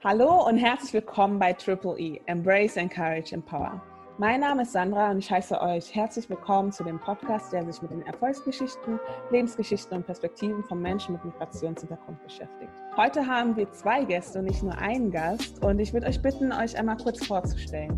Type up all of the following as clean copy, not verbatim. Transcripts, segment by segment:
Hallo und herzlich willkommen bei Triple E, Embrace, Encourage, Empower. Mein Name ist Sandra und ich heiße euch herzlich willkommen zu dem Podcast, der sich mit den Erfolgsgeschichten, Lebensgeschichten und Perspektiven von Menschen mit Migrationshintergrund beschäftigt. Heute haben wir 2 Gäste und nicht nur einen Gast und ich würde euch bitten, euch einmal kurz vorzustellen.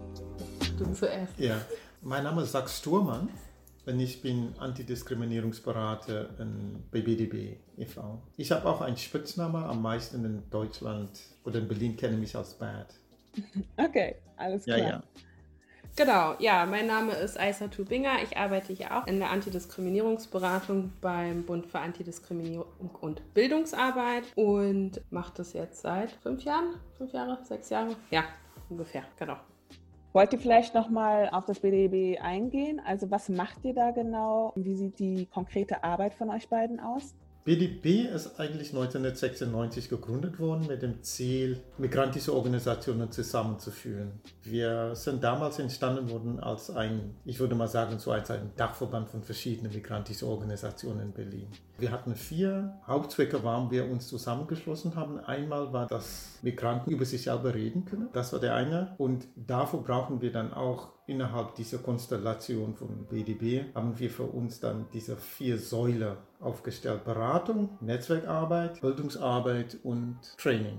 Du zuerst. Ja, mein Name ist Sachs Thurmann und ich bin Antidiskriminierungsberater bei BDB e.V. Ich habe auch einen Spitznamen, am meisten in Deutschland oder in Berlin kennen mich als Bad. Okay, alles klar. Ja. Genau, ja, mein Name ist Aissatou Binger. Ich arbeite hier auch in der Antidiskriminierungsberatung beim Bund für Antidiskriminierung und Bildungsarbeit und mache das jetzt seit 5 Jahren, 5 Jahre, 6 Jahre? Ja, ungefähr, genau. Wollt ihr vielleicht nochmal auf das BDB eingehen? Also was macht ihr da genau? Wie sieht die konkrete Arbeit von euch beiden aus? BDB ist eigentlich 1996 gegründet worden mit dem Ziel, migrantische Organisationen zusammenzuführen. Wir sind damals entstanden worden als ich würde mal sagen, so ein Dachverband von verschiedenen migrantischen Organisationen in Berlin. Wir hatten 4 Hauptzwecke, warum wir uns zusammengeschlossen haben. Einmal war, dass Migranten über sich selber reden können. Das war der eine. Und dafür brauchen wir dann auch innerhalb dieser Konstellation von BDB haben wir für uns dann diese 4 Säulen aufgestellt. Beratung, Netzwerkarbeit, Bildungsarbeit und Training.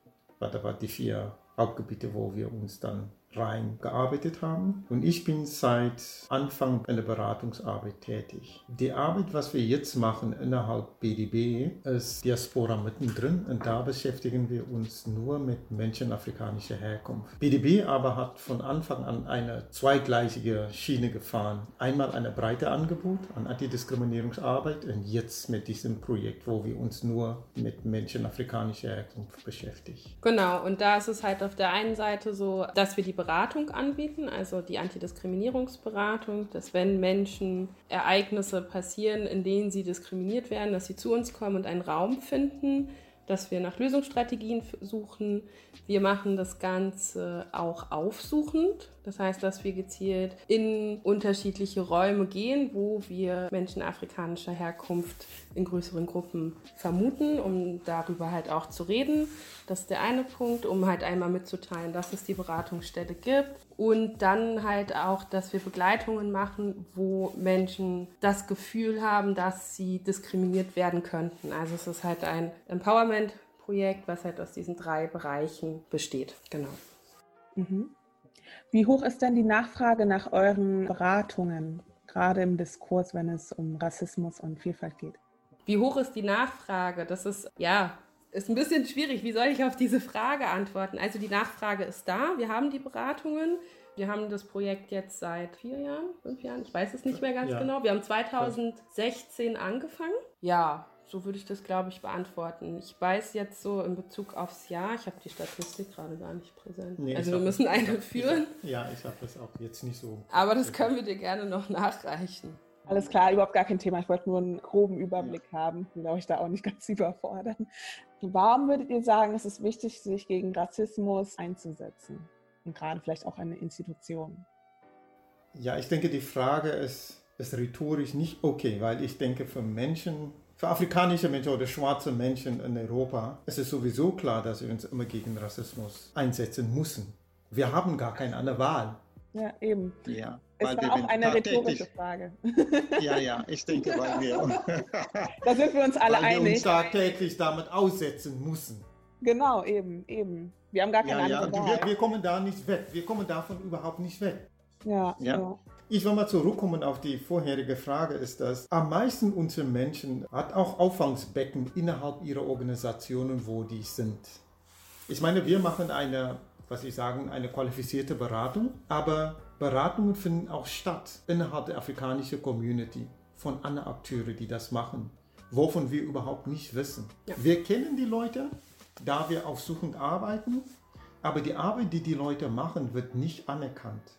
Das waren die 4 Hauptgebiete, wo wir uns dann reingearbeitet haben. Und ich bin seit Anfang in der Beratungsarbeit tätig. Die Arbeit, was wir jetzt machen innerhalb BDB, ist Diaspora mittendrin. Und da beschäftigen wir uns nur mit Menschen afrikanischer Herkunft. BDB aber hat von Anfang an eine zweigleisige Schiene gefahren. Einmal ein breites Angebot an Antidiskriminierungsarbeit und jetzt mit diesem Projekt, wo wir uns nur mit Menschen afrikanischer Herkunft beschäftigen. Genau, und da ist es halt auf der einen Seite so, dass wir die Beratung anbieten, also die Antidiskriminierungsberatung, dass wenn Menschen Ereignisse passieren, in denen sie diskriminiert werden, dass sie zu uns kommen und einen Raum finden, dass wir nach Lösungsstrategien suchen. Wir machen das Ganze auch aufsuchend. Das heißt, dass wir gezielt in unterschiedliche Räume gehen, wo wir Menschen afrikanischer Herkunft in größeren Gruppen vermuten, um darüber halt auch zu reden. Das ist der eine Punkt, um halt einmal mitzuteilen, dass es die Beratungsstelle gibt. Und dann halt auch, dass wir Begleitungen machen, wo Menschen das Gefühl haben, dass sie diskriminiert werden könnten. Also es ist halt ein Empowerment-Projekt, was halt aus diesen 3 Bereichen besteht. Genau. Mhm. Wie hoch ist denn die Nachfrage nach euren Beratungen, gerade im Diskurs, wenn es um Rassismus und Vielfalt geht? Wie hoch ist die Nachfrage? Das ist ein bisschen schwierig. Wie soll ich auf diese Frage antworten? Also die Nachfrage ist da. Wir haben die Beratungen. Wir haben das Projekt jetzt seit 4 Jahren, 5 Jahren. Ich weiß es nicht mehr ganz genau. Wir haben 2016 angefangen. Ja, so würde ich das, glaube ich, beantworten. Ich weiß jetzt so in Bezug aufs Jahr, ich habe die Statistik gerade gar nicht präsent. Nee, also wir müssen eine führen. Ich habe das auch jetzt nicht so. Aber das können wir dir gerne noch nachreichen. Alles klar, überhaupt gar kein Thema. Ich wollte nur einen groben Überblick haben. Ich will euch da auch nicht ganz überfordern. Warum würdet ihr sagen, es ist wichtig, sich gegen Rassismus einzusetzen? Und gerade vielleicht auch eine Institution. Ja, ich denke, die Frage ist rhetorisch nicht okay, weil ich denke, für afrikanische Menschen oder schwarze Menschen in Europa ist es sowieso klar, dass wir uns immer gegen Rassismus einsetzen müssen. Wir haben gar keine andere Wahl. Ja, eben. Ja, es war auch eine rhetorische Frage. Ja, ich denke, weil wir da sind wir uns alle einig. Weil wir uns tagtäglich damit aussetzen müssen. Genau, eben. Wir haben gar keine andere Wahl. Wir kommen da nicht weg. Wir kommen davon überhaupt nicht weg. Ja. Ich will mal zurückkommen auf die vorherige Frage, ist das, am meisten unserer Menschen hat auch Auffangbecken innerhalb ihrer Organisationen, wo die sind. Ich meine, wir machen eine qualifizierte Beratung, aber Beratungen finden auch statt innerhalb der afrikanischen Community von anderen Akteuren, die das machen, wovon wir überhaupt nicht wissen. Ja. Wir kennen die Leute, da wir aufsuchend arbeiten, aber die Arbeit, die Leute machen, wird nicht anerkannt.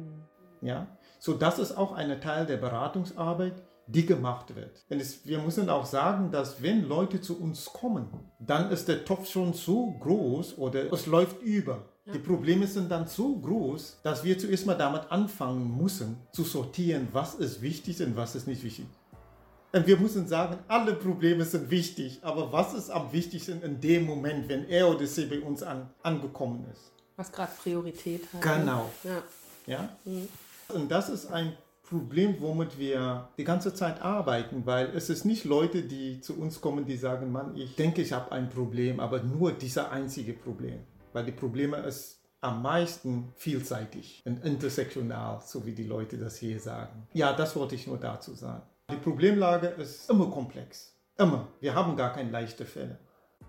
Ja? So, das ist auch ein Teil der Beratungsarbeit, die gemacht wird. Denn wir müssen auch sagen, dass wenn Leute zu uns kommen, dann ist der Topf schon so groß oder es läuft über. Ja. Die Probleme sind dann so groß, dass wir zuerst mal damit anfangen müssen, zu sortieren, was ist wichtig und was ist nicht wichtig. Und wir müssen sagen, alle Probleme sind wichtig, aber was ist am wichtigsten in dem Moment, wenn er oder sie bei uns angekommen ist? Was gerade Priorität hat. Genau. Ja. Ja? Und das ist ein Problem, womit wir die ganze Zeit arbeiten, weil es ist nicht Leute, die zu uns kommen, die sagen, Mann, ich denke, ich habe ein Problem, aber nur dieser einzige Problem. Weil die Probleme ist am meisten vielseitig und intersektional, so wie die Leute das hier sagen. Ja, das wollte ich nur dazu sagen. Die Problemlage ist immer komplex. Immer. Wir haben gar keine leichten Fälle.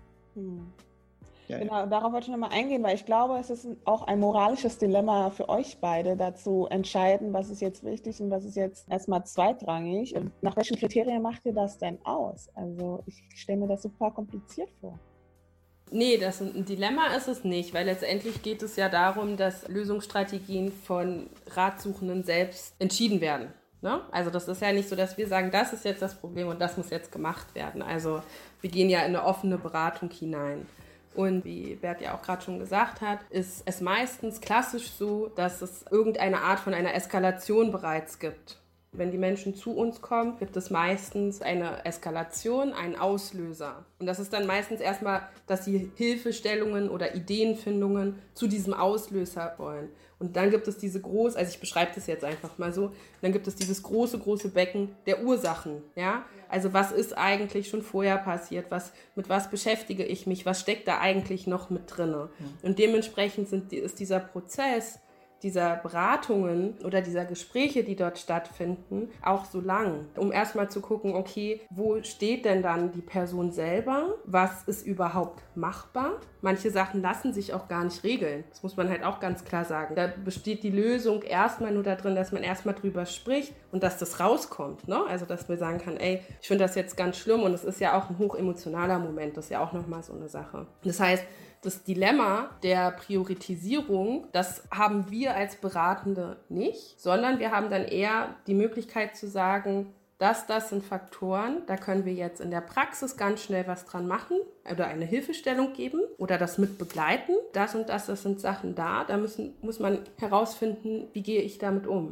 Ja, genau, darauf wollte ich nochmal eingehen, weil ich glaube, es ist auch ein moralisches Dilemma für euch beide, dazu entscheiden, was ist jetzt wichtig und was ist jetzt erstmal zweitrangig. Und nach welchen Kriterien macht ihr das denn aus? Also ich stelle mir das super kompliziert vor. Nee, das ein Dilemma ist es nicht, weil letztendlich geht es ja darum, dass Lösungsstrategien von Ratsuchenden selbst entschieden werden. Ne? Also das ist ja nicht so, dass wir sagen, das ist jetzt das Problem und das muss jetzt gemacht werden. Also wir gehen ja in eine offene Beratung hinein. Und wie Bert ja auch gerade schon gesagt hat, ist es meistens klassisch so, dass es irgendeine Art von einer Eskalation bereits gibt. Wenn die Menschen zu uns kommen, gibt es meistens eine Eskalation, einen Auslöser. Und das ist dann meistens erstmal, dass sie Hilfestellungen oder Ideenfindungen zu diesem Auslöser wollen. Und dann gibt es diese also ich beschreibe das jetzt einfach mal so, dann gibt es dieses große Becken der Ursachen. Ja? Also was ist eigentlich schon vorher passiert? Mit was beschäftige ich mich? Was steckt da eigentlich noch mit drin? Und dementsprechend ist dieser Prozess dieser Beratungen oder dieser Gespräche, die dort stattfinden, auch so lang, um erstmal zu gucken, okay, wo steht denn dann die Person selber? Was ist überhaupt machbar? Manche Sachen lassen sich auch gar nicht regeln. Das muss man halt auch ganz klar sagen. Da besteht die Lösung erstmal nur darin, dass man erstmal drüber spricht und dass das rauskommt. Ne? Also, dass man sagen kann, ey, ich finde das jetzt ganz schlimm und es ist ja auch ein hochemotionaler Moment. Das ist ja auch nochmal so eine Sache. Das heißt, das Dilemma der Priorisierung, das haben wir als Beratende nicht, sondern wir haben dann eher die Möglichkeit zu sagen, das sind Faktoren, da können wir jetzt in der Praxis ganz schnell was dran machen oder eine Hilfestellung geben oder das mit begleiten. Das und das sind Sachen da muss man herausfinden, wie gehe ich damit um.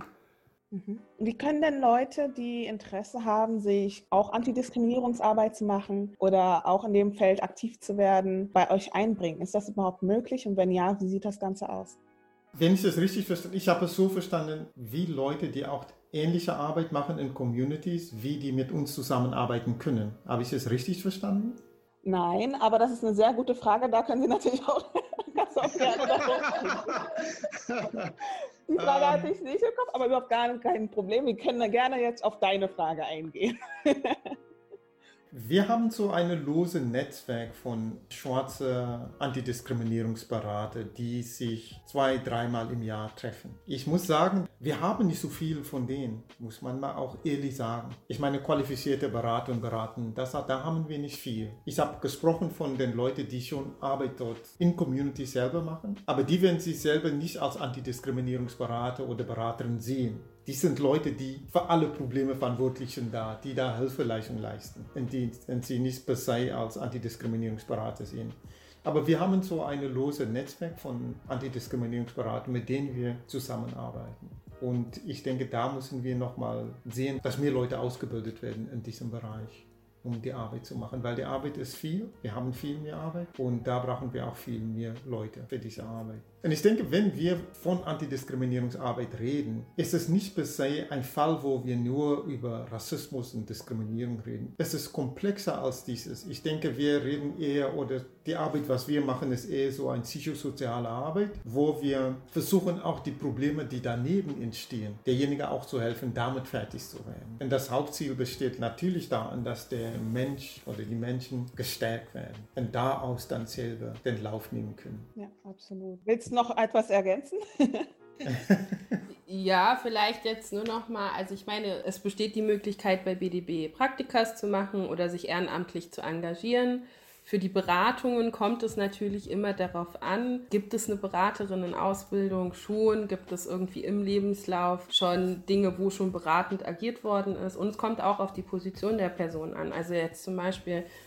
Wie können denn Leute, die Interesse haben, sich auch Antidiskriminierungsarbeit zu machen oder auch in dem Feld aktiv zu werden, bei euch einbringen? Ist das überhaupt möglich? Und wenn ja, wie sieht das Ganze aus? Wenn ich das richtig verstanden, ich habe es so verstanden, wie Leute, die auch ähnliche Arbeit machen in Communities, wie die mit uns zusammenarbeiten können. Habe ich es richtig verstanden? Nein, aber das ist eine sehr gute Frage. Da können Sie natürlich auch ganz oft gerne darauf eingehen. Die Frage hatte ich nicht im Kopf, aber überhaupt kein Problem. Wir können da gerne jetzt auf deine Frage eingehen. Wir haben so ein loses Netzwerk von schwarzen Antidiskriminierungsberater, die sich 2-3 Mal im Jahr treffen. Ich muss sagen, wir haben nicht so viel von denen, muss man mal auch ehrlich sagen. Ich meine, qualifizierte Berater und Beraten, da haben wir nicht viel. Ich habe gesprochen von den Leuten, die schon Arbeit dort in Community selber machen, aber die werden sich selber nicht als Antidiskriminierungsberater oder Beraterin sehen. Die sind Leute, die für alle Probleme verantwortlich sind die da Hilfeleistung leisten und die sie nicht per se als Antidiskriminierungsberater sehen. Aber wir haben so ein loses Netzwerk von Antidiskriminierungsberatern, mit denen wir zusammenarbeiten. Und ich denke, da müssen wir nochmal sehen, dass mehr Leute ausgebildet werden in diesem Bereich, um die Arbeit zu machen. Weil die Arbeit ist viel, wir haben viel mehr Arbeit und da brauchen wir auch viel mehr Leute für diese Arbeit. Und ich denke, wenn wir von Antidiskriminierungsarbeit reden, ist es nicht per se ein Fall, wo wir nur über Rassismus und Diskriminierung reden. Es ist komplexer als dieses. Ich denke, wir reden eher, oder die Arbeit, was wir machen, ist eher so eine psychosoziale Arbeit, wo wir versuchen, auch die Probleme, die daneben entstehen, derjenige auch zu helfen, damit fertig zu werden. Und das Hauptziel besteht natürlich darin, dass der Mensch oder die Menschen gestärkt werden und daraus dann selber den Lauf nehmen können. Ja, absolut. Willst du noch etwas ergänzen? Ja, vielleicht jetzt nur noch mal, also ich meine, es besteht die Möglichkeit bei BDB Praktikas zu machen oder sich ehrenamtlich zu engagieren. Für die Beratungen kommt es natürlich immer darauf an, gibt es eine Beraterinnen-Ausbildung schon, gibt es irgendwie im Lebenslauf schon Dinge, wo schon beratend agiert worden ist, und es kommt auch auf die Position der Person an. Also jetzt zum Beispiel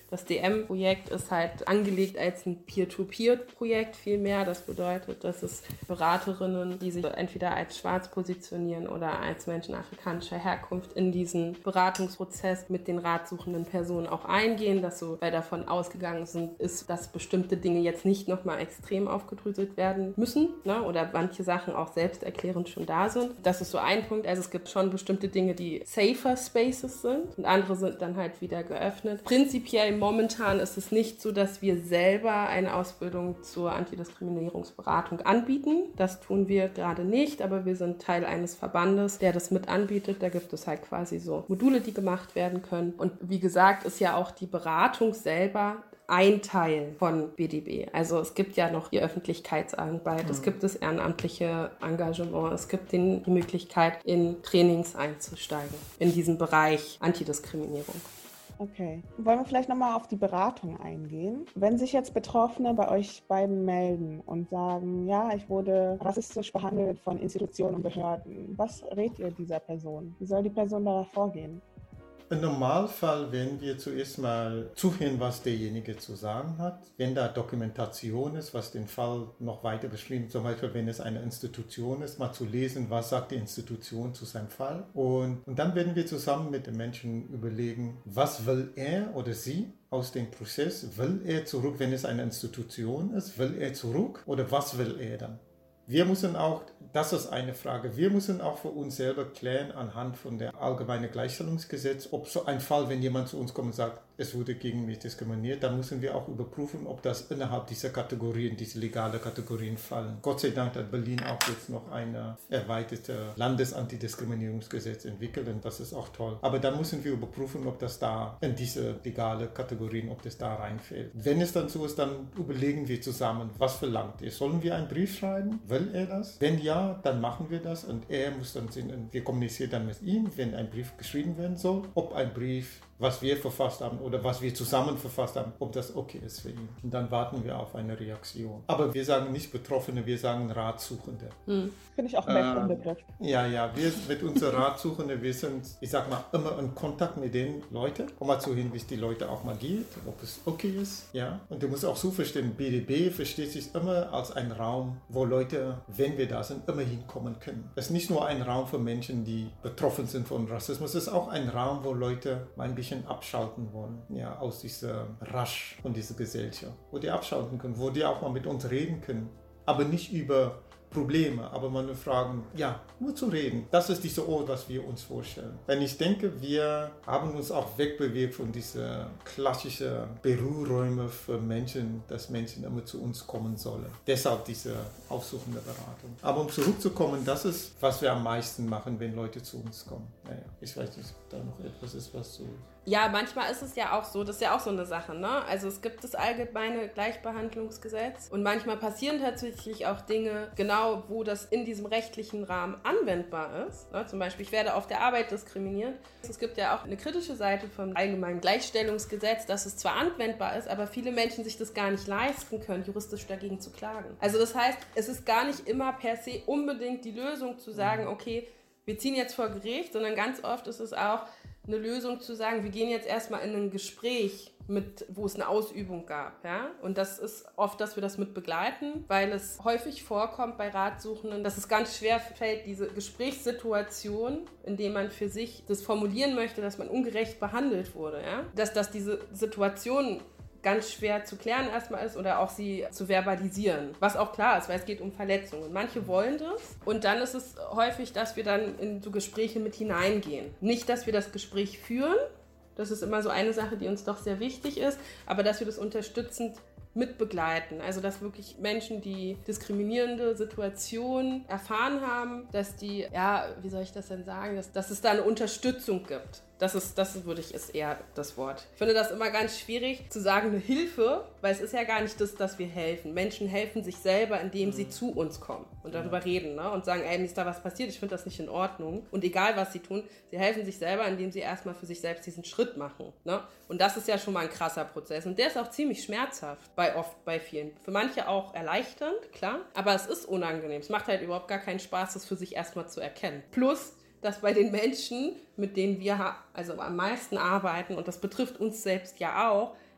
Das DM-Projekt ist halt angelegt als ein Peer-to-Peer-Projekt vielmehr. Das bedeutet, dass es Beraterinnen, die sich entweder als schwarz positionieren oder als Menschen afrikanischer Herkunft in diesen Beratungsprozess mit den ratsuchenden Personen auch eingehen, dass so, weil davon ausgegangen ist, dass bestimmte Dinge jetzt nicht nochmal extrem aufgedröselt werden müssen, ne? Oder manche Sachen auch selbsterklärend schon da sind. Das ist so ein Punkt. Also es gibt schon bestimmte Dinge, die safer Spaces sind und andere sind dann halt wieder geöffnet. Prinzipiell momentan ist es nicht so, dass wir selber eine Ausbildung zur Antidiskriminierungsberatung anbieten. Das tun wir gerade nicht, aber wir sind Teil eines Verbandes, der das mit anbietet. Da gibt es halt quasi so Module, die gemacht werden können. Und wie gesagt, ist ja auch die Beratung selber ein Teil von BDB. Also es gibt ja noch die Öffentlichkeitsarbeit, es gibt das ehrenamtliche Engagement, es gibt die Möglichkeit, in Trainings einzusteigen, in diesen Bereich Antidiskriminierung. Okay. Wollen wir vielleicht nochmal auf die Beratung eingehen? Wenn sich jetzt Betroffene bei euch beiden melden und sagen, ja, ich wurde rassistisch behandelt von Institutionen und Behörden, was rät ihr dieser Person? Wie soll die Person da vorgehen? Im Normalfall werden wir zuerst mal zuhören, was derjenige zu sagen hat. Wenn da Dokumentation ist, was den Fall noch weiter beschrieben, zum Beispiel wenn es eine Institution ist, mal zu lesen, was sagt die Institution zu seinem Fall. Und dann werden wir zusammen mit den Menschen überlegen, was will er oder sie aus dem Prozess? Will er zurück, wenn es eine Institution ist? Will er zurück oder was will er dann? Wir müssen auch, das ist eine Frage, wir müssen auch für uns selber klären anhand von der allgemeinen Gleichstellungsgesetz, ob so ein Fall, wenn jemand zu uns kommt und sagt, es wurde gegen mich diskriminiert, dann müssen wir auch überprüfen, ob das innerhalb dieser Kategorien, diese legalen Kategorien fallen. Gott sei Dank hat Berlin auch jetzt noch ein erweitertes Landesantidiskriminierungsgesetz entwickelt und das ist auch toll. Aber dann müssen wir überprüfen, ob das da in diese legalen Kategorien, ob das da reinfällt. Wenn es dann so ist, dann überlegen wir zusammen, was verlangt er. Sollen wir einen Brief schreiben? Will er das? Wenn ja, dann machen wir das und er muss dann sehen, wir kommunizieren dann mit ihm, wenn ein Brief geschrieben werden soll, ob ein Brief, was wir verfasst haben oder was wir zusammen verfasst haben, ob das okay ist für ihn. Und dann warten wir auf eine Reaktion. Aber wir sagen nicht Betroffene, wir sagen Ratsuchende. Finde ich auch ein besserer Begriff. Ja, wir mit unseren Ratsuchenden, wir sind, ich sag mal, immer in Kontakt mit den Leuten, um mal zu hören, wie es die Leute auch mal geht, ob es okay ist. Ja. Und du musst auch so verstehen, BDB versteht sich immer als ein Raum, wo Leute, wenn wir da sind, immer hinkommen können. Es ist nicht nur ein Raum für Menschen, die betroffen sind von Rassismus, es ist auch ein Raum, wo Leute mal ein bisschen abschalten wollen, ja, aus dieser Rasch von dieser Gesellschaft, wo die abschalten können, wo die auch mal mit uns reden können, aber nicht über Probleme, aber man fragen, ja, nur zu reden. Das ist dieser Ort, was wir uns vorstellen. Denn ich denke, wir haben uns auch wegbewegt von diesen klassischen Büroräumen für Menschen, dass Menschen immer zu uns kommen sollen. Deshalb diese aufsuchende Beratung. Aber um zurückzukommen, das ist, was wir am meisten machen, wenn Leute zu uns kommen. Naja, ich weiß nicht, ob da noch etwas ist, was so... Ja, manchmal ist es ja auch so, das ist ja auch so eine Sache, ne? Also es gibt das allgemeine Gleichbehandlungsgesetz und manchmal passieren tatsächlich auch Dinge, genau wo das in diesem rechtlichen Rahmen anwendbar ist. Ne? Zum Beispiel, ich werde auf der Arbeit diskriminiert. Es gibt ja auch eine kritische Seite vom allgemeinen Gleichstellungsgesetz, dass es zwar anwendbar ist, aber viele Menschen sich das gar nicht leisten können, juristisch dagegen zu klagen. Also das heißt, es ist gar nicht immer per se unbedingt die Lösung zu sagen, okay, wir ziehen jetzt vor Gericht, sondern ganz oft ist es auch eine Lösung zu sagen, wir gehen jetzt erstmal in ein Gespräch wo es eine Ausübung gab. Ja? Und das ist oft, dass wir das mit begleiten, weil es häufig vorkommt bei Ratsuchenden, dass es ganz schwer fällt, diese Gesprächssituation, in der man für sich das formulieren möchte, dass man ungerecht behandelt wurde. Ja? Dass diese Situation ganz schwer zu klären erstmal ist oder auch sie zu verbalisieren. Was auch klar ist, weil es geht um Verletzungen. Manche wollen das und dann ist es häufig, dass wir dann in so Gespräche mit hineingehen. Nicht, dass wir das Gespräch führen, das ist immer so eine Sache, die uns doch sehr wichtig ist, aber dass wir das unterstützend mitbegleiten. Also dass wirklich Menschen, die diskriminierende Situationen erfahren haben, dass die, ja, wie soll ich das denn sagen, dass es da eine Unterstützung gibt. Das ist eher das Wort. Ich finde das immer ganz schwierig zu sagen, eine Hilfe, weil es ist ja gar nicht das, dass wir helfen. Menschen helfen sich selber, indem sie zu uns kommen und darüber reden, ne? Und sagen, ey, mir ist da was passiert, ich finde das nicht in Ordnung. Und egal, was sie tun, sie helfen sich selber, indem sie erstmal für sich selbst diesen Schritt machen, ne? Und das ist ja schon mal ein krasser Prozess. Und der ist auch ziemlich schmerzhaft, bei vielen. Für manche auch erleichternd, klar. Aber es ist unangenehm. Es macht halt überhaupt gar keinen Spaß, das für sich erstmal zu erkennen. Plus, dass bei den Menschen, mit denen wir also am meisten arbeiten, und das betrifft uns selbst ja auch,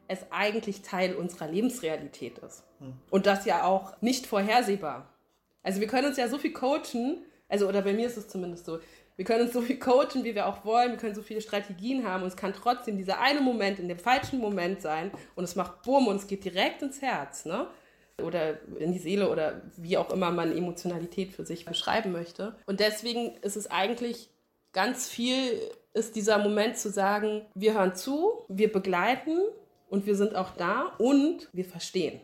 es eigentlich Teil unserer Lebensrealität ist. Und das ja auch nicht vorhersehbar. Also wir können uns ja so viel coachen, also oder bei mir ist es zumindest so, wir können uns so viel coachen, wie wir auch wollen, wir können so viele Strategien haben und es kann trotzdem dieser eine Moment in dem falschen Moment sein und es macht Bumm und es geht direkt ins Herz, ne? Oder in die Seele oder wie auch immer man Emotionalität für sich beschreiben möchte. Und deswegen ist es eigentlich ganz viel, ist dieser Moment zu sagen, wir hören zu, wir begleiten und wir sind auch da und wir verstehen.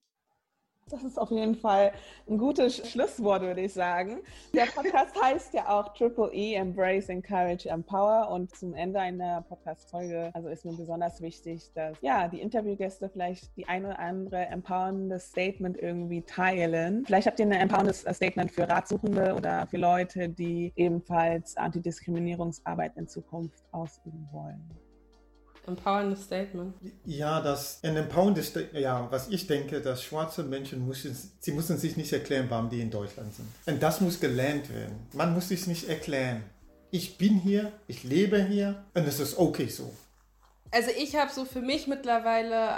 Das ist auf jeden Fall ein gutes Schlusswort, würde ich sagen. Der Podcast heißt ja auch Triple E, Embrace, Encourage, Empower. Und zum Ende einer Podcast-Folge, also ist mir besonders wichtig, dass ja die Interviewgäste vielleicht die ein oder andere empowernde Statement irgendwie teilen. Vielleicht habt ihr ein empowerndes Statement für Ratsuchende oder für Leute, die ebenfalls Antidiskriminierungsarbeit in Zukunft ausüben wollen. Empowerndes Statement. Ja, ein empowerndes Statement, ja, was ich denke, dass schwarze Menschen müssen sich nicht erklären, warum die in Deutschland sind. Und das muss gelernt werden. Man muss sich nicht erklären. Ich bin hier, ich lebe hier und es ist okay so. Also ich habe so für mich mittlerweile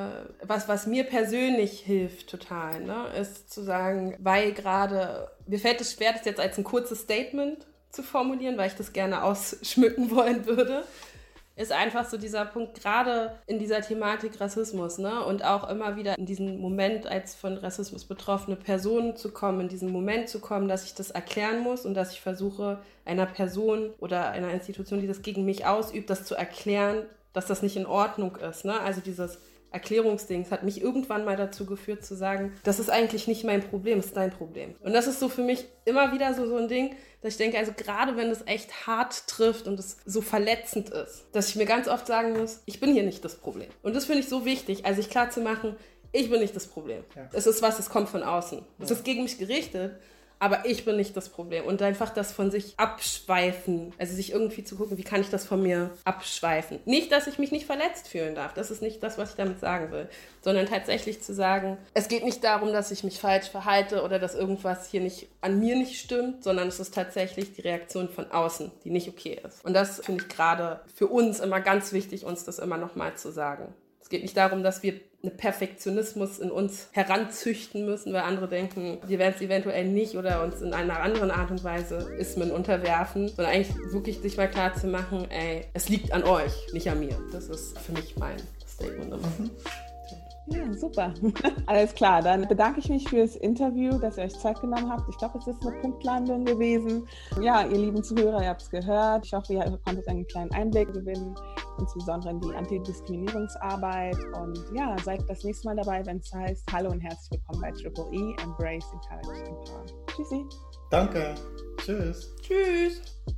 was mir persönlich hilft total, ne, ist zu sagen, weil gerade, mir fällt es schwer, das jetzt als ein kurzes Statement zu formulieren, weil ich das gerne ausschmücken wollen würde. Ist einfach so dieser Punkt, gerade in dieser Thematik Rassismus, ne? Und auch immer wieder in diesen Moment, als von Rassismus betroffene Personen zu kommen, in diesen Moment zu kommen, dass ich das erklären muss und dass ich versuche, einer Person oder einer Institution, die das gegen mich ausübt, das zu erklären, dass das nicht in Ordnung ist, ne? Also dieses Erklärungsding hat mich irgendwann mal dazu geführt zu sagen, das ist eigentlich nicht mein Problem, das ist dein Problem. Und das ist so für mich immer wieder so ein Ding, dass ich denke, also gerade wenn es echt hart trifft und es so verletzend ist, dass ich mir ganz oft sagen muss, ich bin hier nicht das Problem. Und das finde ich so wichtig, also sich klar zu machen, ich bin nicht das Problem. Ja. Es ist was, es kommt von außen. Es ist gegen mich gerichtet, aber ich bin nicht das Problem. Und einfach das von sich abschweifen, also sich irgendwie zu gucken, wie kann ich das von mir abschweifen. Nicht, dass ich mich nicht verletzt fühlen darf, das ist nicht das, was ich damit sagen will, sondern tatsächlich zu sagen, es geht nicht darum, dass ich mich falsch verhalte oder dass irgendwas hier nicht an mir nicht stimmt, sondern es ist tatsächlich die Reaktion von außen, die nicht okay ist. Und das finde ich gerade für uns immer ganz wichtig, uns das immer nochmal zu sagen. Es geht nicht darum, dass wir einen Perfektionismus in uns heranzüchten müssen, weil andere denken, wir werden es eventuell nicht oder uns in einer anderen Art und Weise Ismen unterwerfen, sondern eigentlich wirklich sich mal klar zu machen, es liegt an euch, nicht an mir. Das ist für mich mein Statement immer. Ja, super. Alles klar, dann bedanke ich mich fürs Interview, dass ihr euch Zeit genommen habt. Ich glaube, es ist eine Punktlandung gewesen. Ja, ihr lieben Zuhörer, ihr habt es gehört. Ich hoffe, ihr konntet einen kleinen Einblick gewinnen, insbesondere in die Antidiskriminierungsarbeit. Und ja, seid das nächste Mal dabei, wenn es heißt, hallo und herzlich willkommen bei Triple E, Embrace, Encourage, Empower. Tschüssi. Danke. Tschüss. Tschüss.